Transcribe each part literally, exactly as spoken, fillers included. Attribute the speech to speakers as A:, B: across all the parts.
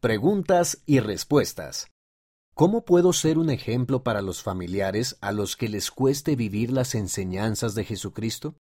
A: Preguntas y respuestas. ¿Cómo puedo ser un ejemplo para los familiares a los que les cueste vivir las enseñanzas de Jesucristo?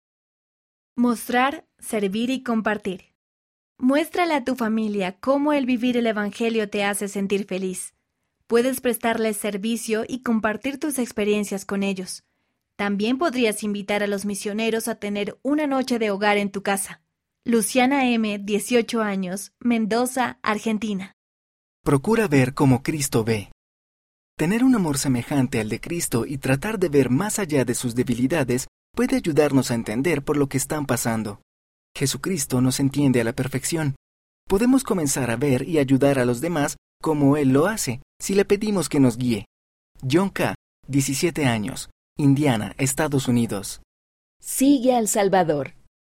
B: Mostrar, servir y compartir. Muéstrale a tu familia cómo el vivir el Evangelio te hace sentir feliz. Puedes prestarles servicio y compartir tus experiencias con ellos. También podrías invitar a los misioneros a tener una noche de hogar en tu casa. Luciana M., dieciocho años, Mendoza, Argentina.
C: Procura ver como Cristo ve. Tener un amor semejante al de Cristo y tratar de ver más allá de sus debilidades puede ayudarnos a entender por lo que están pasando. Jesucristo nos entiende a la perfección. Podemos comenzar a ver y ayudar a los demás como Él lo hace, si le pedimos que nos guíe. John K., diecisiete años, Indiana, Estados Unidos.
D: Sigue al Salvador.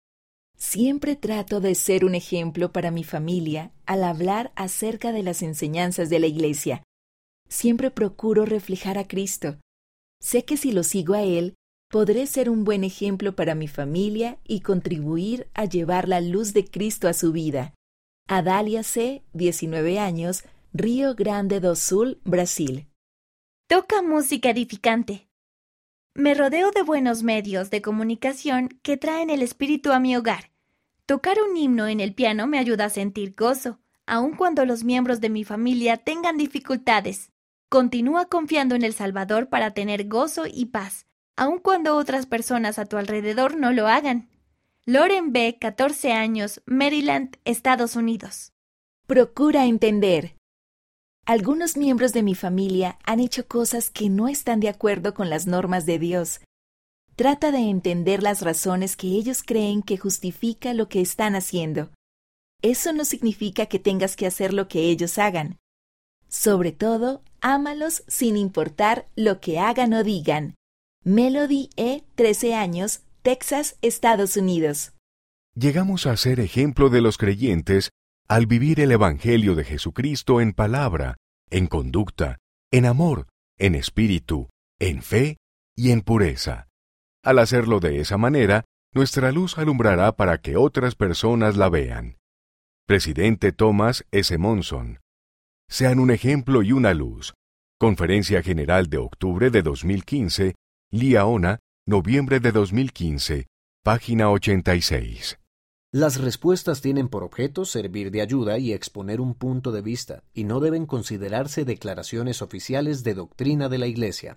D: Siempre trato de ser un ejemplo para mi familia al hablar acerca de las enseñanzas de la Iglesia. Siempre procuro reflejar a Cristo. Sé que si lo sigo a Él, podré ser un buen ejemplo para mi familia y contribuir a llevar la luz de Cristo a su vida. Adalia C., diecinueve años, Río Grande do Sul, Brasil.
B: Toca música edificante. Me rodeo de buenos medios de comunicación que traen el espíritu a mi hogar. Tocar un himno en el piano me ayuda a sentir gozo, aun cuando los miembros de mi familia tengan dificultades. Continúa confiando en el Salvador para tener gozo y paz, aun cuando otras personas a tu alrededor no lo hagan. Loren B., catorce años, Maryland, Estados Unidos.
D: Procura entender. Algunos miembros de mi familia han hecho cosas que no están de acuerdo con las normas de Dios. Trata de entender las razones que ellos creen que justifica lo que están haciendo. Eso no significa que tengas que hacer lo que ellos hagan. Sobre todo, ámalos sin importar lo que hagan o digan. Melody E., trece años, Texas, Estados Unidos.
E: Llegamos a ser ejemplo de los creyentes al vivir el Evangelio de Jesucristo en palabra, en conducta, en amor, en espíritu, en fe y en pureza. Al hacerlo de esa manera, nuestra luz alumbrará para que otras personas la vean. Presidente Thomas S. Monson. Sean un ejemplo y una luz. Conferencia General de octubre de dos mil quince, Liaona, noviembre de dos mil quince, página ochenta y seis.
A: Las respuestas tienen por objeto servir de ayuda y exponer un punto de vista, y no deben considerarse declaraciones oficiales de doctrina de la Iglesia.